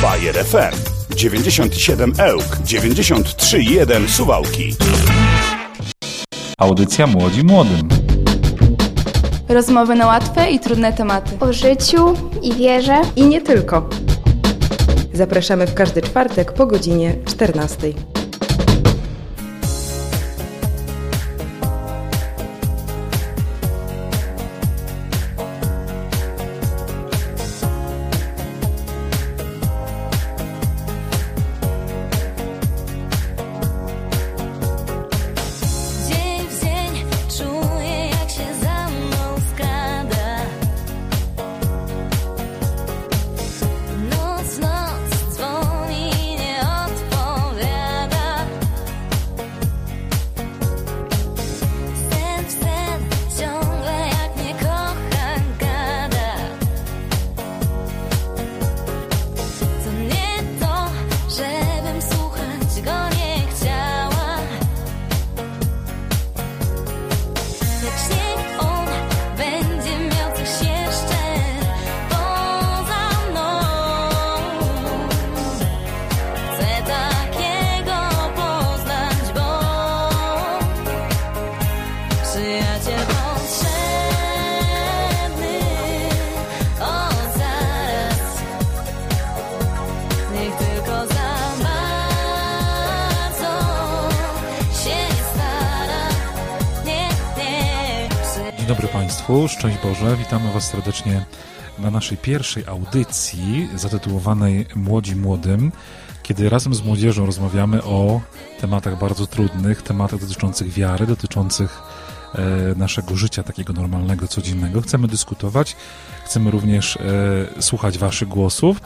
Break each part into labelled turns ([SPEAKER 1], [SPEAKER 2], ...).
[SPEAKER 1] Bayer FM 97 Ełk, 93,1 Suwałki.
[SPEAKER 2] Audycja Młodzi Młodym.
[SPEAKER 3] Rozmowy na łatwe i trudne tematy.
[SPEAKER 4] O życiu i wierze.
[SPEAKER 5] I nie tylko. Zapraszamy w każdy czwartek po godzinie 14.
[SPEAKER 2] Dzień dobry Państwu, szczęść Boże, witamy Was serdecznie na naszej pierwszej audycji zatytułowanej Młodzi Młodym, kiedy razem z młodzieżą rozmawiamy o tematach bardzo trudnych, tematach dotyczących wiary, dotyczących naszego życia takiego normalnego, codziennego. Chcemy dyskutować, chcemy również słuchać Waszych głosów.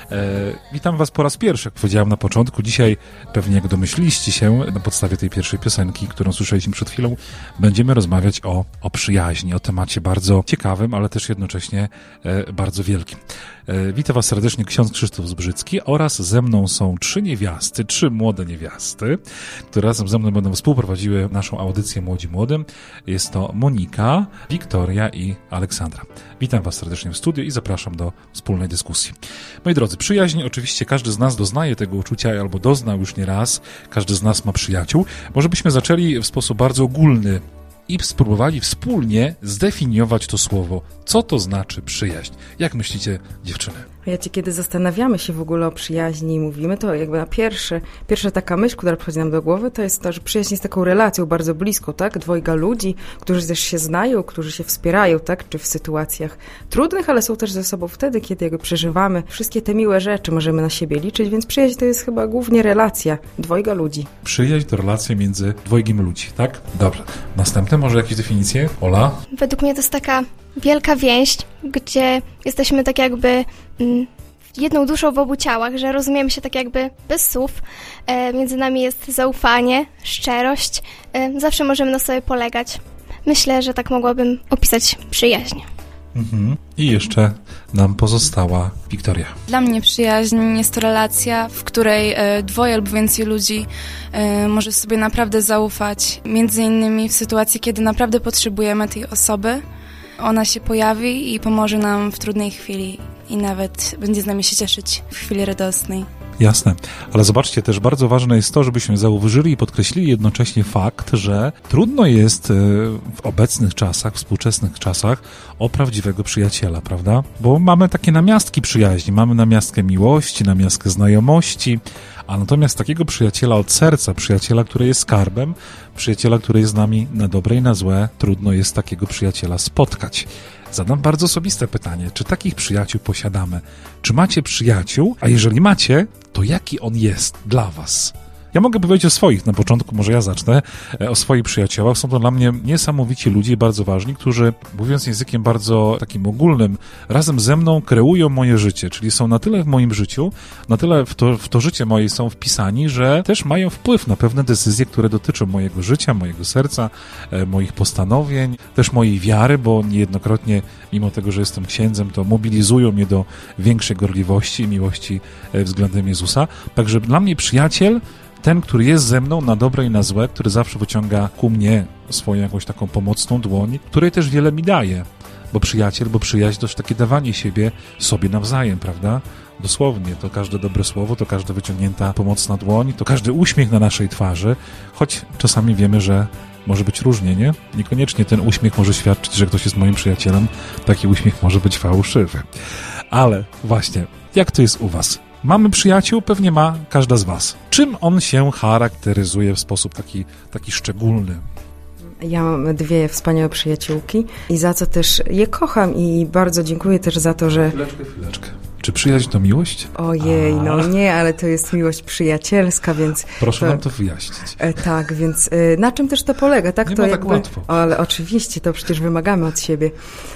[SPEAKER 2] Witam Was po raz pierwszy, jak powiedziałem na początku. Dzisiaj, pewnie jak domyśliliście się, na podstawie tej pierwszej piosenki, którą słyszeliśmy przed chwilą, będziemy rozmawiać o przyjaźni, o temacie bardzo ciekawym, ale też jednocześnie bardzo wielkim. Witam Was serdecznie, ksiądz Krzysztof Zbrzycki, oraz ze mną są trzy młode niewiasty, które razem ze mną będą współprowadziły naszą audycję Młodzi Młodym. Jest to Monika, Wiktoria i Aleksandra. Witam Was serdecznie w studiu i zapraszam do wspólnej dyskusji. Moi drodzy, przyjaźń, oczywiście każdy z nas doznaje tego uczucia albo doznał już nie raz, każdy z nas ma przyjaciół. Może byśmy zaczęli w sposób bardzo ogólny i spróbowali wspólnie zdefiniować to słowo. Co to znaczy przyjaźń? Jak myślicie, dziewczyny?
[SPEAKER 5] Wiecie, kiedy zastanawiamy się w ogóle o przyjaźni i mówimy, to jakby na pierwsza taka myśl, która przychodzi nam do głowy, to jest to, że przyjaźń jest taką relacją bardzo bliską, tak? Dwojga ludzi, którzy też się znają, którzy się wspierają, tak? Czy w sytuacjach trudnych, ale są też ze sobą wtedy, kiedy jakby przeżywamy wszystkie te miłe rzeczy, możemy na siebie liczyć, więc przyjaźń to jest chyba głównie relacja dwojga ludzi.
[SPEAKER 2] Przyjaźń to relacja między dwojgiem ludzi, tak? Dobrze. Następne może jakieś definicje? Ola?
[SPEAKER 4] Według mnie to jest taka wielka więź, gdzie jesteśmy tak jakby jedną duszą w obu ciałach, że rozumiemy się tak jakby bez słów. Między nami jest zaufanie, szczerość. Zawsze możemy na sobie polegać. Myślę, że tak mogłabym opisać przyjaźń.
[SPEAKER 2] I jeszcze nam pozostała Wiktoria.
[SPEAKER 3] Dla mnie przyjaźń jest to relacja, w której dwoje albo więcej ludzi może sobie naprawdę zaufać. Między innymi w sytuacji, kiedy naprawdę potrzebujemy tej osoby, ona się pojawi i pomoże nam w trudnej chwili i nawet będzie z nami się cieszyć w chwili radosnej.
[SPEAKER 2] Jasne, ale zobaczcie, też bardzo ważne jest to, żebyśmy zauważyli i podkreślili jednocześnie fakt, że trudno jest w obecnych czasach, współczesnych czasach o prawdziwego przyjaciela, prawda? Bo mamy takie namiastki przyjaźni, mamy namiastkę miłości, namiastkę znajomości, a natomiast takiego przyjaciela od serca, przyjaciela, który jest skarbem, przyjaciela, który jest z nami na dobre i na złe, trudno jest takiego przyjaciela spotkać. Zadam bardzo osobiste pytanie, czy takich przyjaciół posiadamy? Czy macie przyjaciół? A jeżeli macie, to jaki on jest dla was? Ja mogę powiedzieć o swoich na początku, może ja zacznę, o swoich przyjaciołach. Są to dla mnie niesamowici ludzie, bardzo ważni, którzy, mówiąc językiem bardzo takim ogólnym, razem ze mną kreują moje życie, czyli są na tyle w moim życiu, na tyle w to życie moje są wpisani, że też mają wpływ na pewne decyzje, które dotyczą mojego życia, mojego serca, moich postanowień, też mojej wiary, bo niejednokrotnie, mimo tego, że jestem księdzem, to mobilizują mnie do większej gorliwości i miłości względem Jezusa. Także dla mnie przyjaciel, ten, który jest ze mną na dobre i na złe, który zawsze wyciąga ku mnie swoją jakąś taką pomocną dłoń, której też wiele mi daje. Bo przyjaciel, bo przyjaźń to też takie dawanie siebie sobie nawzajem, prawda? dosłownie, to każde dobre słowo, to każda wyciągnięta pomocna dłoń, to każdy uśmiech na naszej twarzy, choć czasami wiemy, że może być różnie, nie? Niekoniecznie ten uśmiech może świadczyć, że ktoś jest moim przyjacielem, taki uśmiech może być fałszywy. Ale właśnie, jak to jest u was? Mamy przyjaciół? Pewnie ma każda z was. Czym on się charakteryzuje w sposób taki szczególny?
[SPEAKER 5] Ja mam 2 wspaniałe przyjaciółki i za co też je kocham i bardzo dziękuję też za to, że...
[SPEAKER 2] Chwileczkę. Czy przyjaźń to miłość?
[SPEAKER 5] Ojej, no nie, ale to jest miłość przyjacielska, więc...
[SPEAKER 2] Proszę nam to wyjaśnić.
[SPEAKER 5] Tak, więc na czym też to polega? Tak,
[SPEAKER 2] nie
[SPEAKER 5] to
[SPEAKER 2] ma
[SPEAKER 5] jakby,
[SPEAKER 2] tak łatwo.
[SPEAKER 5] Ale oczywiście, to przecież wymagamy od siebie.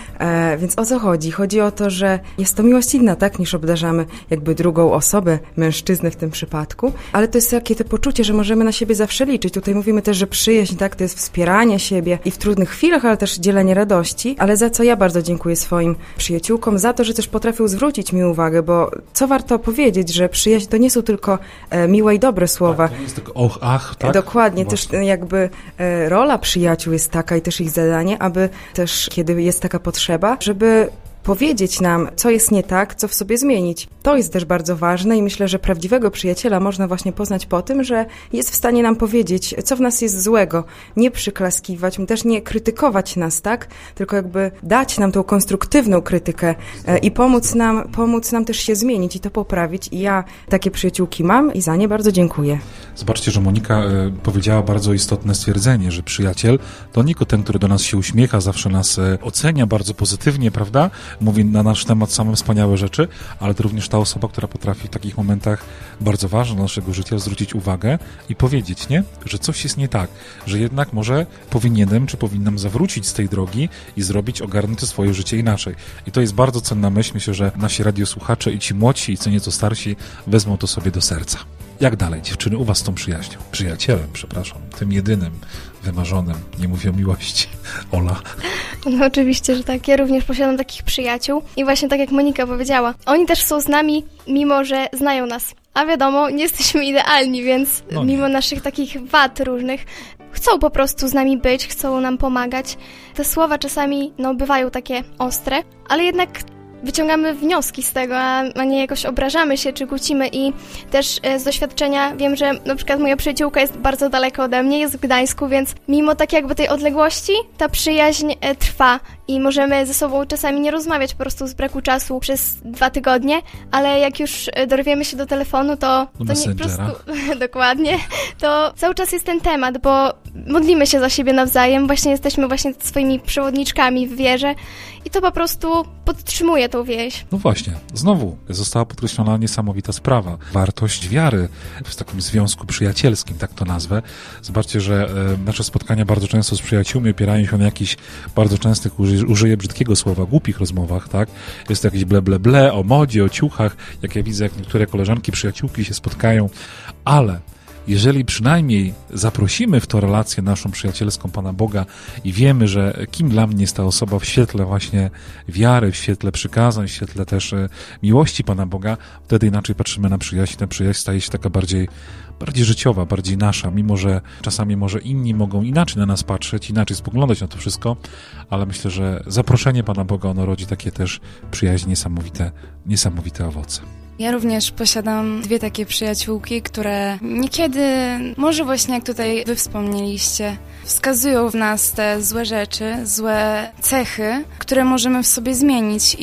[SPEAKER 5] Więc o co chodzi? Chodzi o to, że jest to miłość inna, tak, niż obdarzamy jakby drugą osobę, mężczyznę w tym przypadku, ale to jest takie to poczucie, że możemy na siebie zawsze liczyć. Tutaj mówimy też, że przyjaźń, tak, to jest wspieranie siebie i w trudnych chwilach, ale też dzielenie radości, ale za co ja bardzo dziękuję swoim przyjaciółkom, za to, że też potrafią zwrócić mi uwagę, bo co warto powiedzieć, że przyjaźń to nie są tylko miłe i dobre słowa.
[SPEAKER 2] Tak, to nie jest tylko och, ach, tak?
[SPEAKER 5] Dokładnie,
[SPEAKER 2] Właśnie.
[SPEAKER 5] też jakby rola przyjaciół jest taka i też ich zadanie, aby też, kiedy jest taka potrzeba, żeby powiedzieć nam, co jest nie tak, co w sobie zmienić. To jest też bardzo ważne i myślę, że prawdziwego przyjaciela można właśnie poznać po tym, że jest w stanie nam powiedzieć, co w nas jest złego, nie przyklaskiwać, też nie krytykować nas, tak? Tylko jakby dać nam tą konstruktywną krytykę i pomóc nam też się zmienić i to poprawić. I ja takie przyjaciółki mam i za nie bardzo dziękuję.
[SPEAKER 2] Zobaczcie, że Monika powiedziała bardzo istotne stwierdzenie, że przyjaciel to nie tylko ten, który do nas się uśmiecha, zawsze nas ocenia bardzo pozytywnie, prawda? Mówi na nasz temat same wspaniałe rzeczy, ale to również ta osoba, która potrafi w takich momentach bardzo ważnych naszego życia zwrócić uwagę i powiedzieć, nie? Że coś jest nie tak, że jednak może powinienem czy powinnam zawrócić z tej drogi i ogarnąć to swoje życie inaczej. I to jest bardzo cenna myśl. Myślę, że nasi radiosłuchacze i ci młodsi i co nieco starsi wezmą to sobie do serca. Jak dalej, dziewczyny, u was z tą przyjaźnią? Przyjacielem, przepraszam, tym jedynym, wymarzonym, nie mówię o miłości. Ola.
[SPEAKER 4] No oczywiście, że tak. Ja również posiadam takich przyjaciół i właśnie tak jak Monika powiedziała, oni też są z nami, mimo że znają nas. A wiadomo, nie jesteśmy idealni, więc mimo naszych takich wad różnych, chcą po prostu z nami być, chcą nam pomagać. Te słowa czasami, bywają takie ostre, ale jednak wyciągamy wnioski z tego, a nie jakoś obrażamy się czy kłócimy i też z doświadczenia wiem, że na przykład moja przyjaciółka jest bardzo daleko ode mnie, jest w Gdańsku, więc mimo tak jakby tej odległości ta przyjaźń trwa i możemy ze sobą czasami nie rozmawiać po prostu z braku czasu przez 2 tygodnie, ale jak już dorwiemy się do telefonu, to nie po prostu dokładnie, to cały czas jest ten temat, bo modlimy się za siebie nawzajem, jesteśmy swoimi przewodniczkami w wierze i to po prostu podtrzymuje tą więź.
[SPEAKER 2] No właśnie, znowu została podkreślona niesamowita sprawa. Wartość wiary w takim związku przyjacielskim, tak to nazwę. Zobaczcie, że nasze spotkania bardzo często z przyjaciółmi opierają się na jakichś bardzo częstych, użyję brzydkiego słowa, głupich rozmowach, tak? Jest to jakieś ble, o modzie, o ciuchach, jak ja widzę, jak niektóre koleżanki, przyjaciółki się spotkają, ale jeżeli przynajmniej zaprosimy w tę relację naszą przyjacielską Pana Boga i wiemy, że kim dla mnie jest ta osoba w świetle właśnie wiary, w świetle przykazań, w świetle też miłości Pana Boga, wtedy inaczej patrzymy na przyjaźń. Ta przyjaźń staje się taka bardziej życiowa, bardziej nasza, mimo że czasami może inni mogą inaczej na nas patrzeć, inaczej spoglądać na to wszystko, ale myślę, że zaproszenie Pana Boga, ono rodzi takie też przyjaźń, niesamowite owoce.
[SPEAKER 3] Ja również posiadam 2 takie przyjaciółki, które niekiedy, może właśnie jak tutaj wy wspomnieliście, wskazują w nas te złe rzeczy, złe cechy, które możemy w sobie zmienić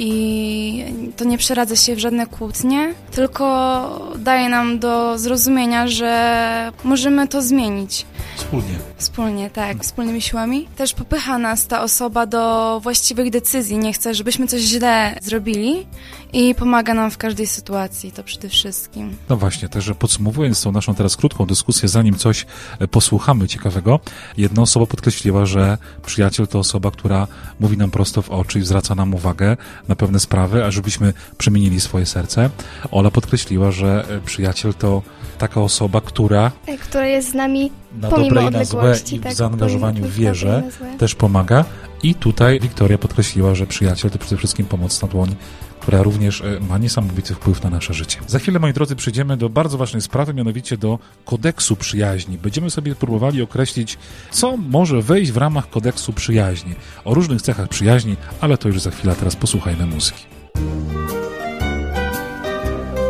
[SPEAKER 3] i to nie przeradza się w żadne kłótnie, tylko daje nam do zrozumienia, że możemy to zmienić. Wspólnie, tak, wspólnymi siłami. Też popycha nas ta osoba do właściwych decyzji, nie chce, żebyśmy coś źle zrobili i pomaga nam w każdej sytuacji, to przede wszystkim.
[SPEAKER 2] No właśnie, także podsumowując tą naszą teraz krótką dyskusję, zanim coś posłuchamy ciekawego, jedna osoba podkreśliła, że przyjaciel to osoba, która mówi nam prosto w oczy i zwraca nam uwagę na pewne sprawy, a żebyśmy przemienili swoje serce. Ola podkreśliła, że przyjaciel to taka osoba, która
[SPEAKER 4] jest z nami
[SPEAKER 2] na
[SPEAKER 4] pomimo
[SPEAKER 2] dobre i na złe i w zaangażowaniu w wierze też pomaga. I tutaj Wiktoria podkreśliła, że przyjaciel to przede wszystkim pomocna dłoń, która również ma niesamowity wpływ na nasze życie. Za chwilę, moi drodzy, przejdziemy do bardzo ważnej sprawy, mianowicie do kodeksu przyjaźni. Będziemy sobie próbowali określić, co może wejść w ramach kodeksu przyjaźni. O różnych cechach przyjaźni, ale to już za chwilę, teraz posłuchajmy muzyki.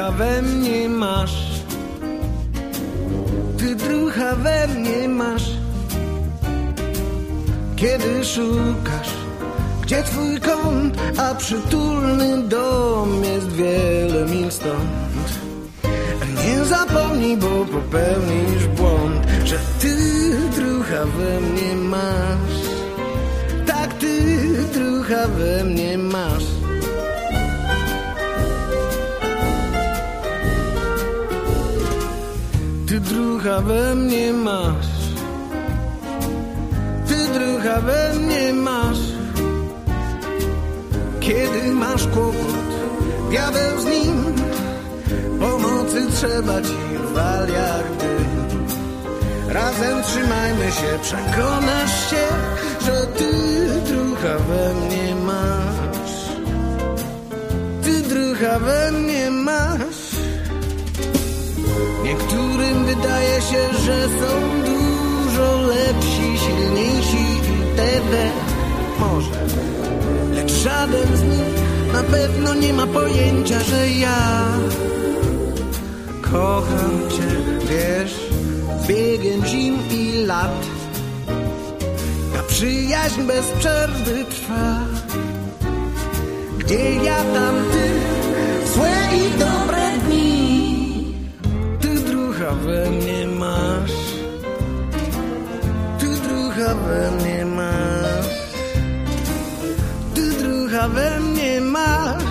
[SPEAKER 6] drucha we mnie masz. Ty drucha we mnie masz. Kiedy szukasz, gdzie twój kąt, a przytulny dom jest wiele mil stąd. Nie zapomnij, bo popełnisz błąd, że ty drucha we mnie masz. Tak, ty drucha we mnie masz. Ty drucha we mnie masz. Ty drucha we mnie masz. Kiedy masz kłopot, diabeł z nim, pomocy trzeba ci wal jak dym. Razem trzymajmy się, przekonasz się, że ty drucha we mnie masz. Ty drucha we mnie masz. Niektórym wydaje się, że są dużo lepsi, silniejsi itd. Może, lecz żaden z nich na pewno nie ma pojęcia, że ja kocham cię, wiesz, z biegiem zim i lat. Ta przyjaźń bez przerwy trwa. Gdzie ja, tam ty, złe i dobre dni. Ty drucha we mnie masz. Ty drucha we mnie masz. Ty drucha we mnie masz.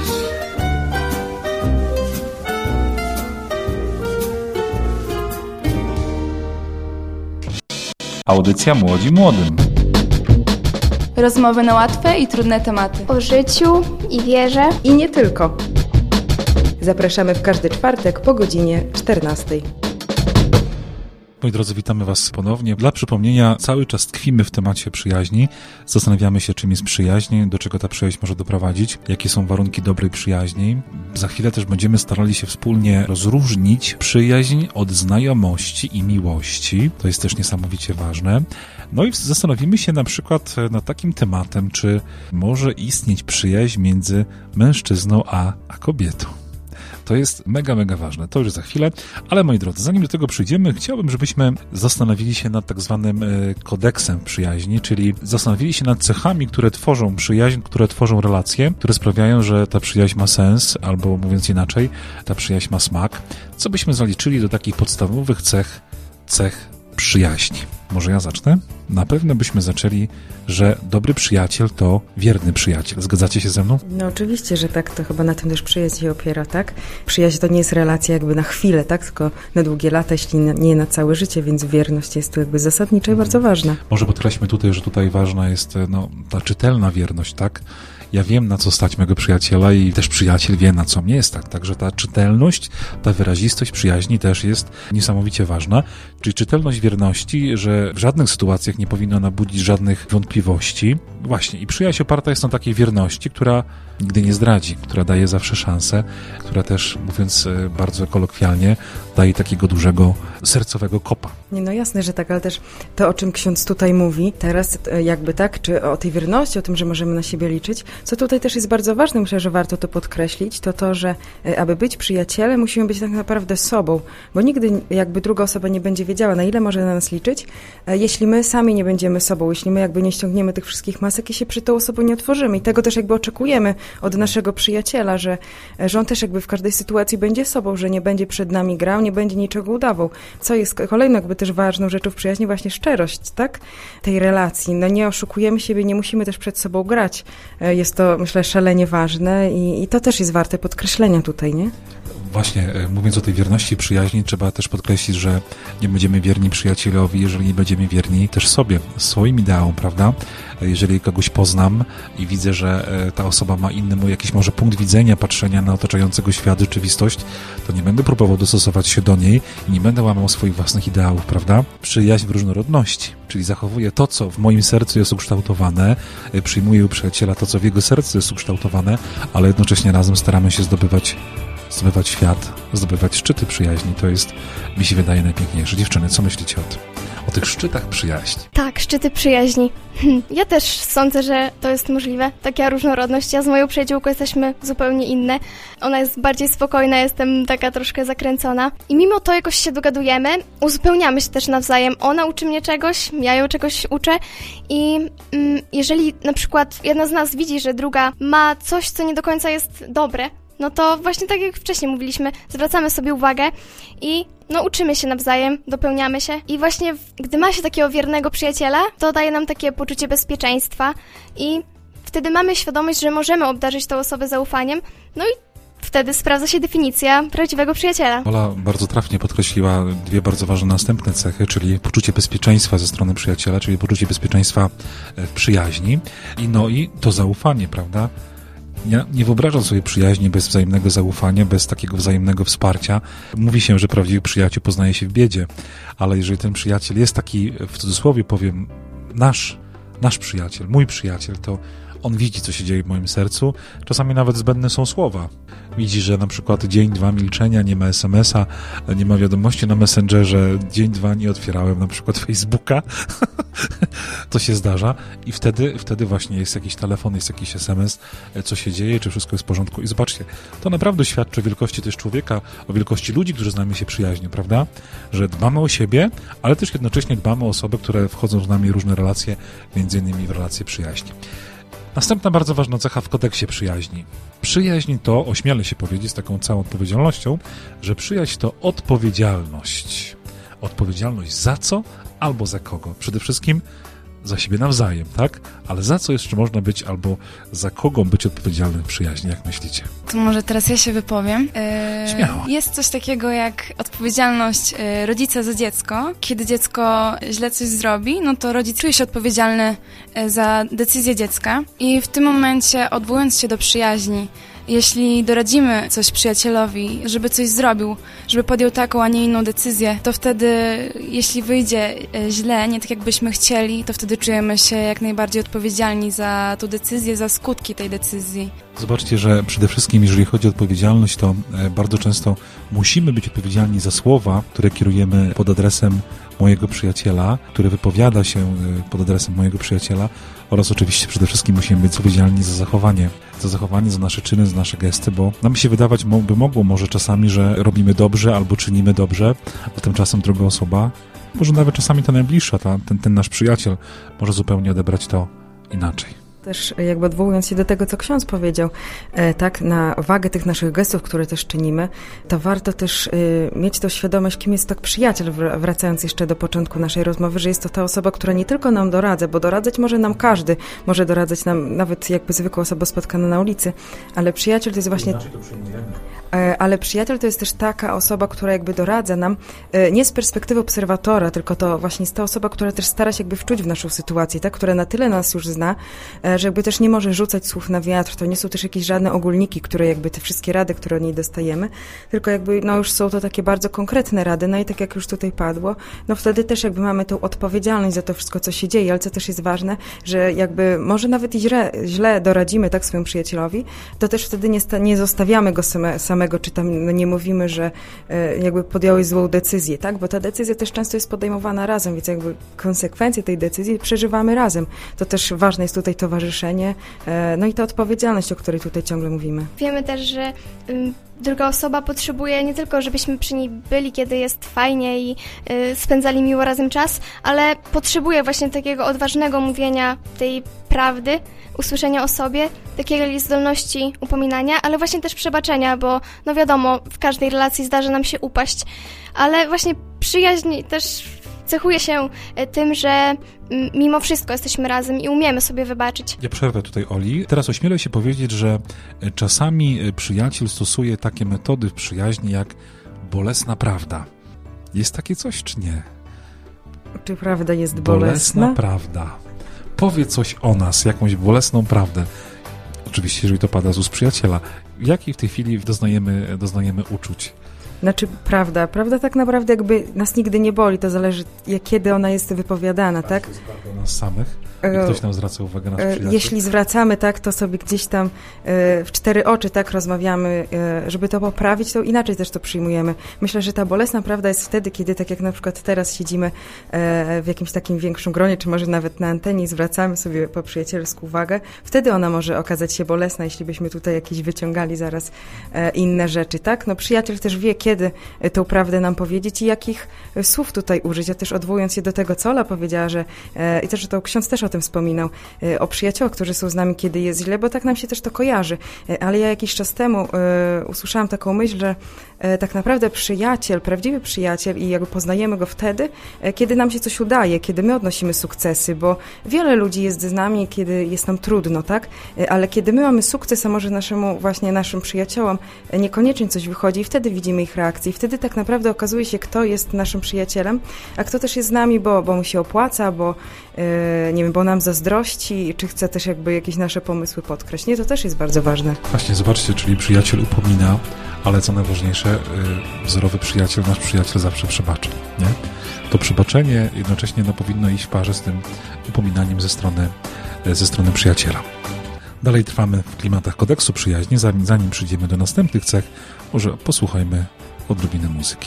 [SPEAKER 2] Audycja Młodzi Młodym.
[SPEAKER 3] Rozmowy na łatwe i trudne tematy.
[SPEAKER 4] O życiu i wierze.
[SPEAKER 5] I nie tylko. Zapraszamy w każdy czwartek po godzinie 14.
[SPEAKER 2] Moi drodzy, witamy Was ponownie. Dla przypomnienia, cały czas tkwimy w temacie przyjaźni. Zastanawiamy się, czym jest przyjaźń, do czego ta przyjaźń może doprowadzić, jakie są warunki dobrej przyjaźni. Za chwilę też będziemy starali się wspólnie rozróżnić przyjaźń od znajomości i miłości. To jest też niesamowicie ważne. No i zastanowimy się na przykład nad takim tematem, czy może istnieć przyjaźń między mężczyzną a kobietą. To jest mega, mega ważne. To już za chwilę. Ale moi drodzy, zanim do tego przyjdziemy, chciałbym, żebyśmy zastanowili się nad tak zwanym kodeksem przyjaźni, czyli zastanowili się nad cechami, które tworzą przyjaźń, które tworzą relacje, które sprawiają, że ta przyjaźń ma sens, albo mówiąc inaczej, ta przyjaźń ma smak. Co byśmy zaliczyli do takich podstawowych cech przyjaźni? Może ja zacznę? Na pewno byśmy zaczęli, że dobry przyjaciel to wierny przyjaciel. Zgadzacie się ze mną?
[SPEAKER 5] No oczywiście, że tak. To chyba na tym też przyjaźń się opiera, tak? Przyjaźń to nie jest relacja jakby na chwilę, tak? Tylko na długie lata, jeśli nie na całe życie, więc wierność jest tu jakby zasadnicza i bardzo ważna.
[SPEAKER 2] Może podkreślmy tutaj, że tutaj ważna jest ta czytelna wierność, tak? Ja wiem, na co stać mego przyjaciela i też przyjaciel wie, na co mnie jest tak. Także ta czytelność, ta wyrazistość przyjaźni też jest niesamowicie ważna. Czyli czytelność wierności, że w żadnych sytuacjach nie powinno ona budzić żadnych wątpliwości. Właśnie, i przyjaźń oparta jest na takiej wierności, która nigdy nie zdradzi, która daje zawsze szansę, która też, mówiąc bardzo kolokwialnie, daje takiego dużego, sercowego kopa.
[SPEAKER 5] Nie, no jasne, że tak, ale też to, o czym ksiądz tutaj mówi teraz, jakby tak, czy o tej wierności, o tym, że możemy na siebie liczyć, co tutaj też jest bardzo ważne, myślę, że warto to podkreślić, to, że aby być przyjacielem, musimy być tak naprawdę sobą, bo nigdy jakby druga osoba nie będzie wiedziała, na ile może na nas liczyć, jeśli my sami nie będziemy sobą, jeśli my jakby nie ściągniemy tych wszystkich masek i się przed tą osobą nie otworzymy. I tego też jakby oczekujemy od naszego przyjaciela, że on też jakby w każdej sytuacji będzie sobą, że nie będzie przed nami grał, nie będzie niczego udawał. Co jest kolejną jakby też ważną rzeczą w przyjaźni, właśnie szczerość, tak? Tej relacji. No nie oszukujemy siebie, nie musimy też przed sobą grać. Jest to, myślę, szalenie ważne i to też jest warte podkreślenia tutaj, nie?
[SPEAKER 2] Właśnie, mówiąc o tej wierności i przyjaźni, trzeba też podkreślić, że nie będziemy wierni przyjacielowi, jeżeli nie będziemy wierni też sobie, swoim ideałom, prawda? Jeżeli kogoś poznam i widzę, że ta osoba ma inny mój jakiś może punkt widzenia, patrzenia na otaczającego świat, rzeczywistość, to nie będę próbował dostosować się do niej i nie będę łamał swoich własnych ideałów, prawda? Przyjaźń w różnorodności, czyli zachowuję to, co w moim sercu jest ukształtowane, przyjmuję u przyjaciela to, co w jego sercu jest ukształtowane, ale jednocześnie razem staramy się zdobywać świat, zdobywać szczyty przyjaźni. To jest, mi się wydaje, najpiękniejsze. Dziewczyny, co myślicie o tym? O tych szczytach przyjaźni.
[SPEAKER 4] Tak, szczyty przyjaźni. Ja też sądzę, że to jest możliwe. Taka różnorodność. Ja z moją przyjaciółką jesteśmy zupełnie inne. Ona jest bardziej spokojna, jestem taka troszkę zakręcona. I mimo to jakoś się dogadujemy, uzupełniamy się też nawzajem. Ona uczy mnie czegoś, ja ją czegoś uczę. I jeżeli na przykład jedna z nas widzi, że druga ma coś, co nie do końca jest dobre, no to właśnie tak jak wcześniej mówiliśmy, zwracamy sobie uwagę i uczymy się nawzajem, dopełniamy się. I właśnie gdy ma się takiego wiernego przyjaciela, to daje nam takie poczucie bezpieczeństwa i wtedy mamy świadomość, że możemy obdarzyć tę osobę zaufaniem, no i wtedy sprawdza się definicja prawdziwego przyjaciela.
[SPEAKER 2] Ola bardzo trafnie podkreśliła dwie bardzo ważne następne cechy, czyli poczucie bezpieczeństwa ze strony przyjaciela, czyli poczucie bezpieczeństwa w przyjaźni i to zaufanie, prawda? Ja nie wyobrażam sobie przyjaźni bez wzajemnego zaufania, bez takiego wzajemnego wsparcia. Mówi się, że prawdziwy przyjaciel poznaje się w biedzie, ale jeżeli ten przyjaciel jest taki, w cudzysłowie powiem, nasz przyjaciel, mój przyjaciel, to on widzi, co się dzieje w moim sercu. Czasami nawet zbędne są słowa. Widzi, że na przykład dzień, 2 milczenia, nie ma SMS-a, nie ma wiadomości na Messengerze, dzień, 2 nie otwierałem na przykład Facebooka. To się zdarza i wtedy właśnie jest jakiś telefon, jest jakiś SMS, co się dzieje, czy wszystko jest w porządku. I zobaczcie, to naprawdę świadczy o wielkości też człowieka, o wielkości ludzi, którzy z nami się przyjaźnią, prawda? Że dbamy o siebie, ale też jednocześnie dbamy o osoby, które wchodzą z nami w różne relacje, między innymi w relacje przyjaźni. Następna bardzo ważna cecha w kodeksie przyjaźni. Przyjaźń to, ośmielę się powiedzieć z taką całą odpowiedzialnością, że przyjaźń to odpowiedzialność. Odpowiedzialność za co albo za kogo. Przede wszystkim za siebie nawzajem, tak? Ale za co jeszcze można być albo za kogo być odpowiedzialnym w przyjaźni, jak myślicie?
[SPEAKER 3] To może teraz ja się wypowiem.
[SPEAKER 2] Śmiało.
[SPEAKER 3] Jest coś takiego jak odpowiedzialność rodzica za dziecko. Kiedy dziecko źle coś zrobi, no to rodzic czuje się odpowiedzialny za decyzję dziecka i w tym momencie, odwołując się do przyjaźni, jeśli doradzimy coś przyjacielowi, żeby coś zrobił, żeby podjął taką, a nie inną decyzję, to wtedy, jeśli wyjdzie źle, nie tak jak byśmy chcieli, to wtedy czujemy się jak najbardziej odpowiedzialni za tą decyzję, za skutki tej decyzji.
[SPEAKER 2] Zobaczcie, że przede wszystkim, jeżeli chodzi o odpowiedzialność, to bardzo często musimy być odpowiedzialni za słowa, które kierujemy pod adresem mojego przyjaciela, które wypowiada się pod adresem mojego przyjaciela oraz oczywiście przede wszystkim musimy być odpowiedzialni za zachowanie, za nasze czyny, za nasze gesty, bo nam się wydawać by mogło może czasami, że robimy dobrze albo czynimy dobrze, a tymczasem druga osoba, może nawet czasami ta najbliższa, ten nasz przyjaciel może zupełnie odebrać to inaczej.
[SPEAKER 5] Też jakby odwołując się do tego, co ksiądz powiedział, tak, na wagę tych naszych gestów, które też czynimy, to warto też mieć tą świadomość, kim jest tak przyjaciel, wracając jeszcze do początku naszej rozmowy, że jest to ta osoba, która nie tylko nam doradza, bo doradzać może nam każdy, może doradzać nam nawet jakby zwykła osoba spotkana na ulicy, ale przyjaciel to jest właśnie... Ale przyjaciel to jest też taka osoba, która jakby doradza nam, nie z perspektywy obserwatora, tylko to właśnie jest ta osoba, która też stara się jakby wczuć w naszą sytuację, tak, która na tyle nas już zna, że jakby też nie może rzucać słów na wiatr, to nie są też jakieś żadne ogólniki, które jakby te wszystkie rady, które od niej dostajemy, tylko jakby już są to takie bardzo konkretne rady, i tak jak już tutaj padło, wtedy też jakby mamy tą odpowiedzialność za to wszystko, co się dzieje, ale co też jest ważne, że jakby może nawet i źle doradzimy tak swojemu przyjacielowi, to też wtedy nie zostawiamy go samego, czy tam nie mówimy, że jakby podjąłeś złą decyzję, tak? Bo ta decyzja też często jest podejmowana razem, więc jakby konsekwencje tej decyzji przeżywamy razem. To też ważne jest tutaj towarzyszenie, i ta odpowiedzialność, o której tutaj ciągle mówimy.
[SPEAKER 4] Wiemy też, że druga osoba potrzebuje nie tylko, żebyśmy przy niej byli, kiedy jest fajnie i spędzali miło razem czas, ale potrzebuje właśnie takiego odważnego mówienia tej prawdy, usłyszenia o sobie, takiej zdolności upominania, ale właśnie też przebaczenia, bo wiadomo, w każdej relacji zdarza nam się upaść, ale właśnie przyjaźń też cechuje się tym, że mimo wszystko jesteśmy razem i umiemy sobie wybaczyć.
[SPEAKER 2] Ja przerwę tutaj Oli. Teraz ośmielę się powiedzieć, że czasami przyjaciel stosuje takie metody w przyjaźni jak bolesna prawda. Jest takie coś, czy nie?
[SPEAKER 5] Czy prawda jest bolesna?
[SPEAKER 2] Bolesna prawda. Powie coś o nas, jakąś bolesną prawdę. Oczywiście, jeżeli to pada z ust przyjaciela. Jakich w tej chwili doznajemy uczuć?
[SPEAKER 5] Znaczy, prawda tak naprawdę jakby nas nigdy nie boli, to zależy, kiedy ona jest wypowiadana, tak?
[SPEAKER 2] O nas samych. I ktoś nam zwraca uwagę na przyjaciół.
[SPEAKER 5] Jeśli zwracamy, tak, to sobie gdzieś tam w cztery oczy, tak, rozmawiamy, żeby to poprawić, to inaczej też to przyjmujemy. Myślę, że ta bolesna prawda jest wtedy, kiedy tak jak na przykład teraz siedzimy w jakimś takim większym gronie, czy może nawet na antenie i zwracamy sobie po przyjacielsku uwagę, wtedy ona może okazać się bolesna, jeśli byśmy tutaj jakieś wyciągali zaraz inne rzeczy, tak? No przyjaciel też wie, kiedy tą prawdę nam powiedzieć i jakich słów tutaj użyć. Ja też odwołując się do tego, co Ola powiedziała, że i też to ksiądz też o tym wspominał, o przyjaciołach, którzy są z nami, kiedy jest źle, bo tak nam się też to kojarzy. Ale ja jakiś czas temu usłyszałam taką myśl, że tak naprawdę przyjaciel, prawdziwy przyjaciel i jakby poznajemy go wtedy, kiedy nam się coś udaje, kiedy my odnosimy sukcesy, bo wiele ludzi jest z nami, kiedy jest nam trudno, tak? Ale kiedy my mamy sukces, a może naszym przyjaciołom niekoniecznie coś wychodzi i wtedy widzimy ich reakcje i wtedy tak naprawdę okazuje się, kto jest naszym przyjacielem, a kto też jest z nami, bo mu się opłaca, bo nie wiem, bo nam zazdrości, czy chce też jakby jakieś nasze pomysły podkreślić. Nie, to też jest bardzo ważne.
[SPEAKER 2] Właśnie, zobaczcie, czyli przyjaciel upomina, ale co najważniejsze, wzorowy przyjaciel, nasz przyjaciel zawsze przebacza, nie? To przebaczenie jednocześnie powinno iść w parze z tym upominaniem ze strony przyjaciela. Dalej trwamy w klimatach kodeksu przyjaźni. Zanim przyjdziemy do następnych cech, może posłuchajmy odrobinę muzyki.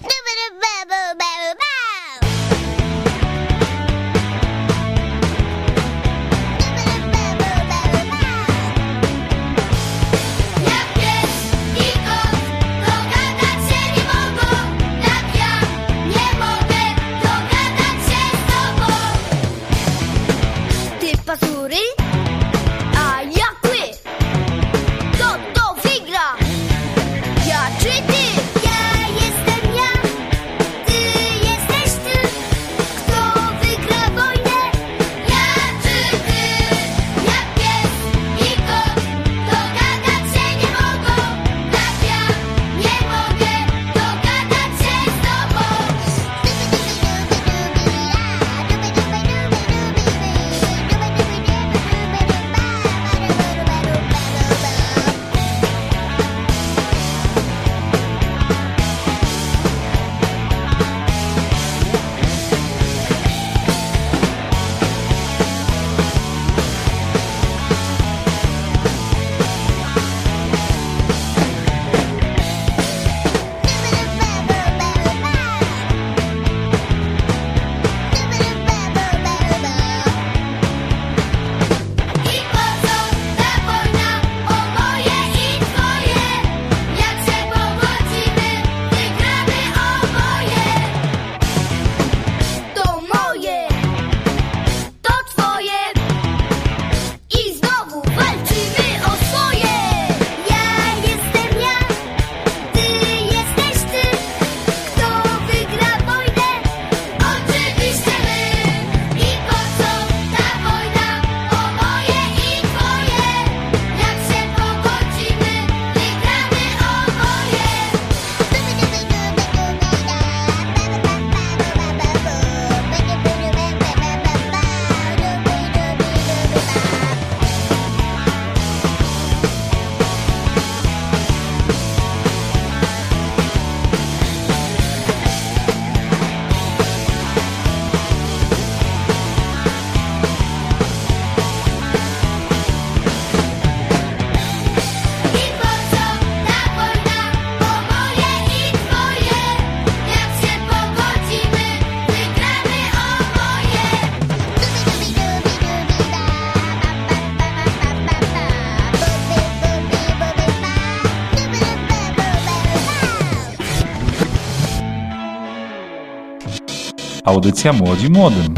[SPEAKER 7] Audycja Młodzi Młodym.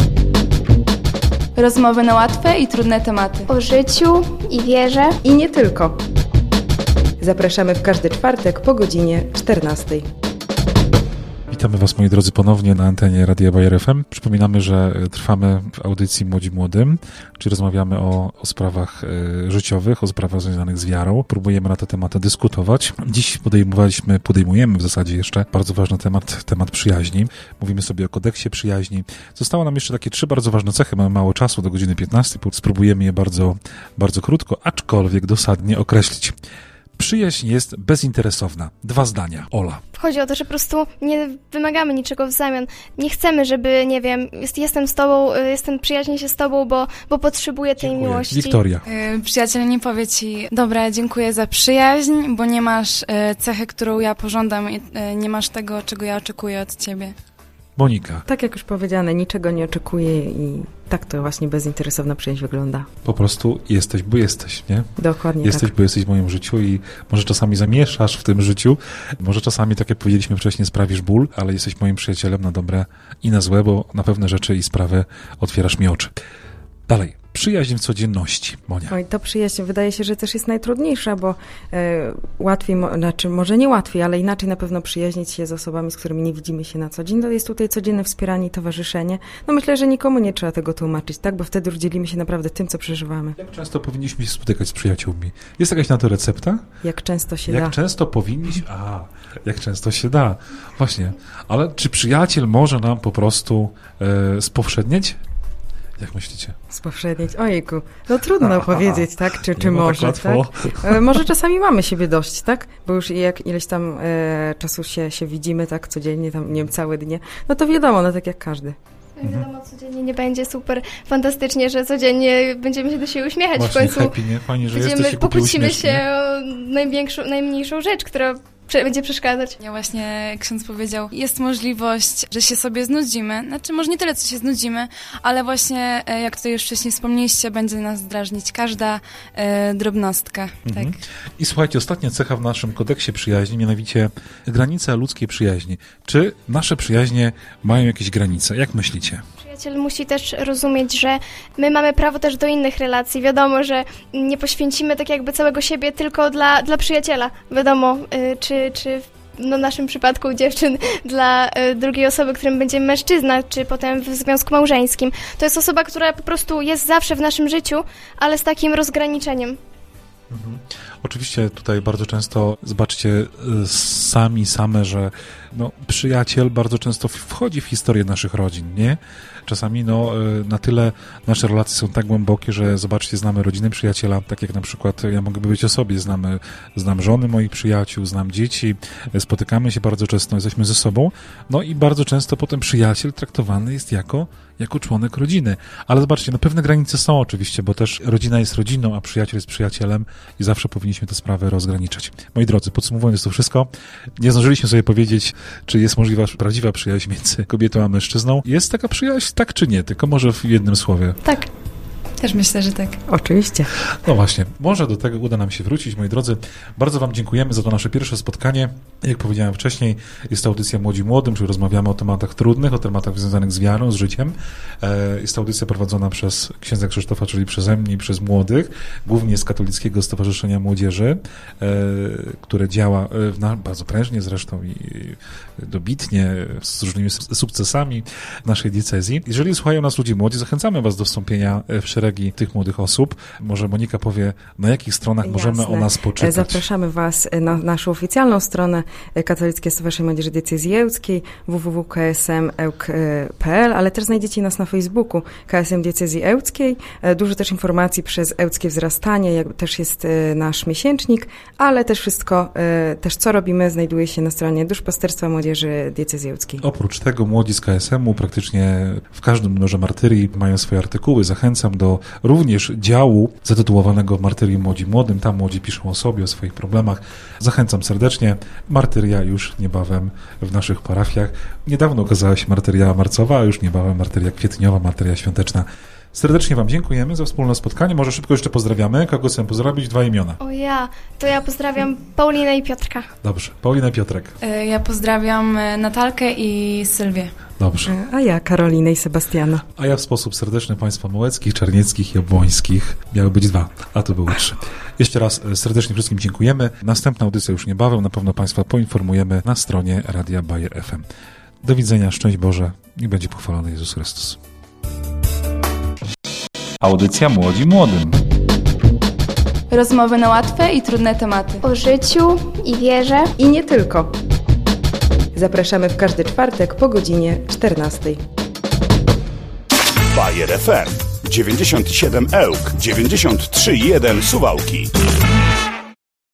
[SPEAKER 3] Rozmowy na łatwe i trudne tematy.
[SPEAKER 4] O życiu i wierze.
[SPEAKER 5] I nie tylko. Zapraszamy w każdy czwartek po godzinie 14:00.
[SPEAKER 2] Witamy Was, moi drodzy, ponownie na antenie Radia Bayer FM. Przypominamy, że trwamy w audycji Młodzi Młodym, czyli rozmawiamy o sprawach życiowych, o sprawach związanych z wiarą. Próbujemy na te tematy dyskutować. Dziś podejmujemy w zasadzie jeszcze bardzo ważny temat przyjaźni. Mówimy sobie o kodeksie przyjaźni. Zostało nam jeszcze takie 3 bardzo ważne cechy. Mamy mało czasu, do godziny 15. Spróbujemy je bardzo, bardzo krótko, aczkolwiek dosadnie określić. Przyjaźń jest bezinteresowna. 2 zdania. Ola.
[SPEAKER 4] Chodzi o to, że po prostu nie wymagamy niczego w zamian. Nie chcemy, żeby, nie wiem, jestem z tobą, przyjaźnię się z tobą, bo potrzebuję tej miłości.
[SPEAKER 2] Wiktoria.
[SPEAKER 3] Przyjaciel nie powie ci, dobra, dziękuję za przyjaźń, bo nie masz cechy, którą ja pożądam i nie masz tego, czego ja oczekuję od ciebie.
[SPEAKER 2] Monika.
[SPEAKER 5] Tak jak już powiedziane, niczego nie oczekuję i tak to właśnie bezinteresowna przyjaźń wygląda.
[SPEAKER 2] Po prostu jesteś, bo jesteś, nie?
[SPEAKER 5] Dokładnie
[SPEAKER 2] Jesteś,
[SPEAKER 5] tak.
[SPEAKER 2] bo jesteś w moim życiu i może czasami zamieszasz w tym życiu, może czasami, tak jak powiedzieliśmy wcześniej, sprawisz ból, ale jesteś moim przyjacielem na dobre i na złe, bo na pewne rzeczy i sprawy otwierasz mi oczy. Dalej. Przyjaźń w codzienności, Monia.
[SPEAKER 5] Oj, to przyjaźń wydaje się, że też jest najtrudniejsza, bo łatwiej, znaczy może nie łatwiej, ale inaczej na pewno przyjaźnić się z osobami, z którymi nie widzimy się na co dzień. To jest tutaj codzienne wspieranie i towarzyszenie. No myślę, że nikomu nie trzeba tego tłumaczyć, tak? Bo wtedy już dzielimy się naprawdę tym, co przeżywamy.
[SPEAKER 2] Jak często powinniśmy się spotykać z przyjaciółmi? Jest jakaś na to recepta?
[SPEAKER 5] Jak często się
[SPEAKER 2] Jak
[SPEAKER 5] da.
[SPEAKER 2] często powinniśmy... jak często się da. Właśnie. Ale czy przyjaciel może nam po prostu spowszednieć? Jak myślicie?
[SPEAKER 5] Spowszednieć. Ojejku, no trudno powiedzieć, tak? Czy może,
[SPEAKER 2] tak
[SPEAKER 5] tak?
[SPEAKER 2] łatwo.
[SPEAKER 5] Może czasami mamy siebie dość, tak? Bo już jak ileś tam czasu się widzimy, tak? Codziennie, tam, nie wiem, całe dnie. No to wiadomo, no tak jak każdy.
[SPEAKER 4] Wiadomo, codziennie nie będzie super fantastycznie, że codziennie będziemy się do siebie uśmiechać.
[SPEAKER 2] Właśnie,
[SPEAKER 4] w końcu
[SPEAKER 2] happy, nie? Fajnie, że jesteś i
[SPEAKER 4] pokłócimy się o najmniejszą rzecz, która będzie przeszkadzać.
[SPEAKER 3] Ja właśnie, ksiądz powiedział, jest możliwość, że się sobie znudzimy. Znaczy, może nie tyle, co się znudzimy, ale właśnie, jak tutaj już wcześniej wspomnieliście, będzie nas drażnić każda drobnostka. Tak.
[SPEAKER 2] I słuchajcie, ostatnia cecha w naszym kodeksie przyjaźni, mianowicie granica ludzkiej przyjaźni. Czy nasze przyjaźnie mają jakieś granice? Jak myślicie?
[SPEAKER 4] Przyjaciel musi też rozumieć, że my mamy prawo też do innych relacji. Wiadomo, że nie poświęcimy tak jakby całego siebie tylko dla przyjaciela. Wiadomo, czy w naszym przypadku dziewczyn dla drugiej osoby, którym będzie mężczyzna, czy potem w związku małżeńskim. To jest osoba, która po prostu jest zawsze w naszym życiu, ale z takim rozgraniczeniem.
[SPEAKER 2] Oczywiście tutaj bardzo często, zobaczcie same, że przyjaciel bardzo często wchodzi w historię naszych rodzin, nie? Czasami na tyle nasze relacje są tak głębokie, że zobaczcie, znamy rodziny przyjaciela, tak jak na przykład ja mogę powiedzieć o sobie, znam żony moich przyjaciół, znam dzieci, spotykamy się bardzo często, jesteśmy ze sobą, i bardzo często potem przyjaciel traktowany jest jako członek rodziny. Ale zobaczcie, pewne granice są oczywiście, bo też rodzina jest rodziną, a przyjaciel jest przyjacielem i zawsze powinniśmy tę sprawę rozgraniczać. Moi drodzy, podsumowując to wszystko, nie zdążyliśmy sobie powiedzieć, czy jest możliwa prawdziwa przyjaźń między kobietą a mężczyzną. Jest taka przyjaźń, tak czy nie? Tylko może w jednym słowie.
[SPEAKER 3] Tak. Też myślę, że tak.
[SPEAKER 5] Oczywiście.
[SPEAKER 2] No właśnie, może do tego uda nam się wrócić, moi drodzy. Bardzo wam dziękujemy za to nasze pierwsze spotkanie. Jak powiedziałem wcześniej, jest to audycja Młodzi Młodym, czyli rozmawiamy o tematach trudnych, o tematach związanych z wiarą, z życiem. Jest to audycja prowadzona przez księdza Krzysztofa, czyli przeze mnie i przez młodych, głównie z Katolickiego Stowarzyszenia Młodzieży, które działa bardzo prężnie zresztą i dobitnie, z różnymi sukcesami w naszej diecezji. Jeżeli słuchają nas ludzie młodzi, zachęcamy was do wstąpienia w szeregi tych młodych osób. Może Monika powie, na jakich stronach możemy o nas poczytać.
[SPEAKER 5] Zapraszamy was na naszą oficjalną stronę Katolickie Stowarzyszenie Młodzieży Diecezji Ełckiej www.ksm.ełk.pl, ale też znajdziecie nas na Facebooku KSM Diecezji Ełckiej. Dużo też informacji przez Ełckie Wzrastanie, jak też jest nasz miesięcznik, ale też wszystko, też co robimy, znajduje się na stronie Duszpasterstwa Młodzieży Diecezji Ełckiej.
[SPEAKER 2] Oprócz tego młodzi z KSM-u praktycznie w każdym numerze Martyrii mają swoje artykuły. Zachęcam do również działu zatytułowanego Martyrium Młodzi Młodym. Tam młodzi piszą o sobie, o swoich problemach. Zachęcam serdecznie. Martyria już niebawem w naszych parafiach. Niedawno ukazała się Martyria marcowa, a już niebawem Martyria kwietniowa, Martyria świąteczna. Serdecznie wam dziękujemy za wspólne spotkanie. Może szybko jeszcze pozdrawiamy. Kogo chcę pozdrowić? 2 imiona.
[SPEAKER 4] To ja pozdrawiam Paulinę i Piotrka.
[SPEAKER 2] Dobrze. Paulina i Piotrek.
[SPEAKER 3] Ja pozdrawiam Natalkę i Sylwię.
[SPEAKER 2] Dobrze.
[SPEAKER 5] A ja Karolinę i Sebastiana.
[SPEAKER 2] A ja w sposób serdeczny państwa Małeckich, Czarnieckich i Obłońskich. Miały być 2, a to były 3. Jeszcze raz serdecznie wszystkim dziękujemy. Następna audycja już niebawem. Na pewno państwa poinformujemy na stronie Radia Bayer FM. Do widzenia. Szczęść Boże. Niech będzie pochwalony Jezus Chrystus. Audycja Młodzi Młodym.
[SPEAKER 3] Rozmowy na łatwe i trudne tematy.
[SPEAKER 4] O życiu i wierze.
[SPEAKER 5] I nie tylko. Zapraszamy w każdy czwartek po godzinie 14.
[SPEAKER 1] Bayer FM 97 Ełk, 93,1 Suwałki.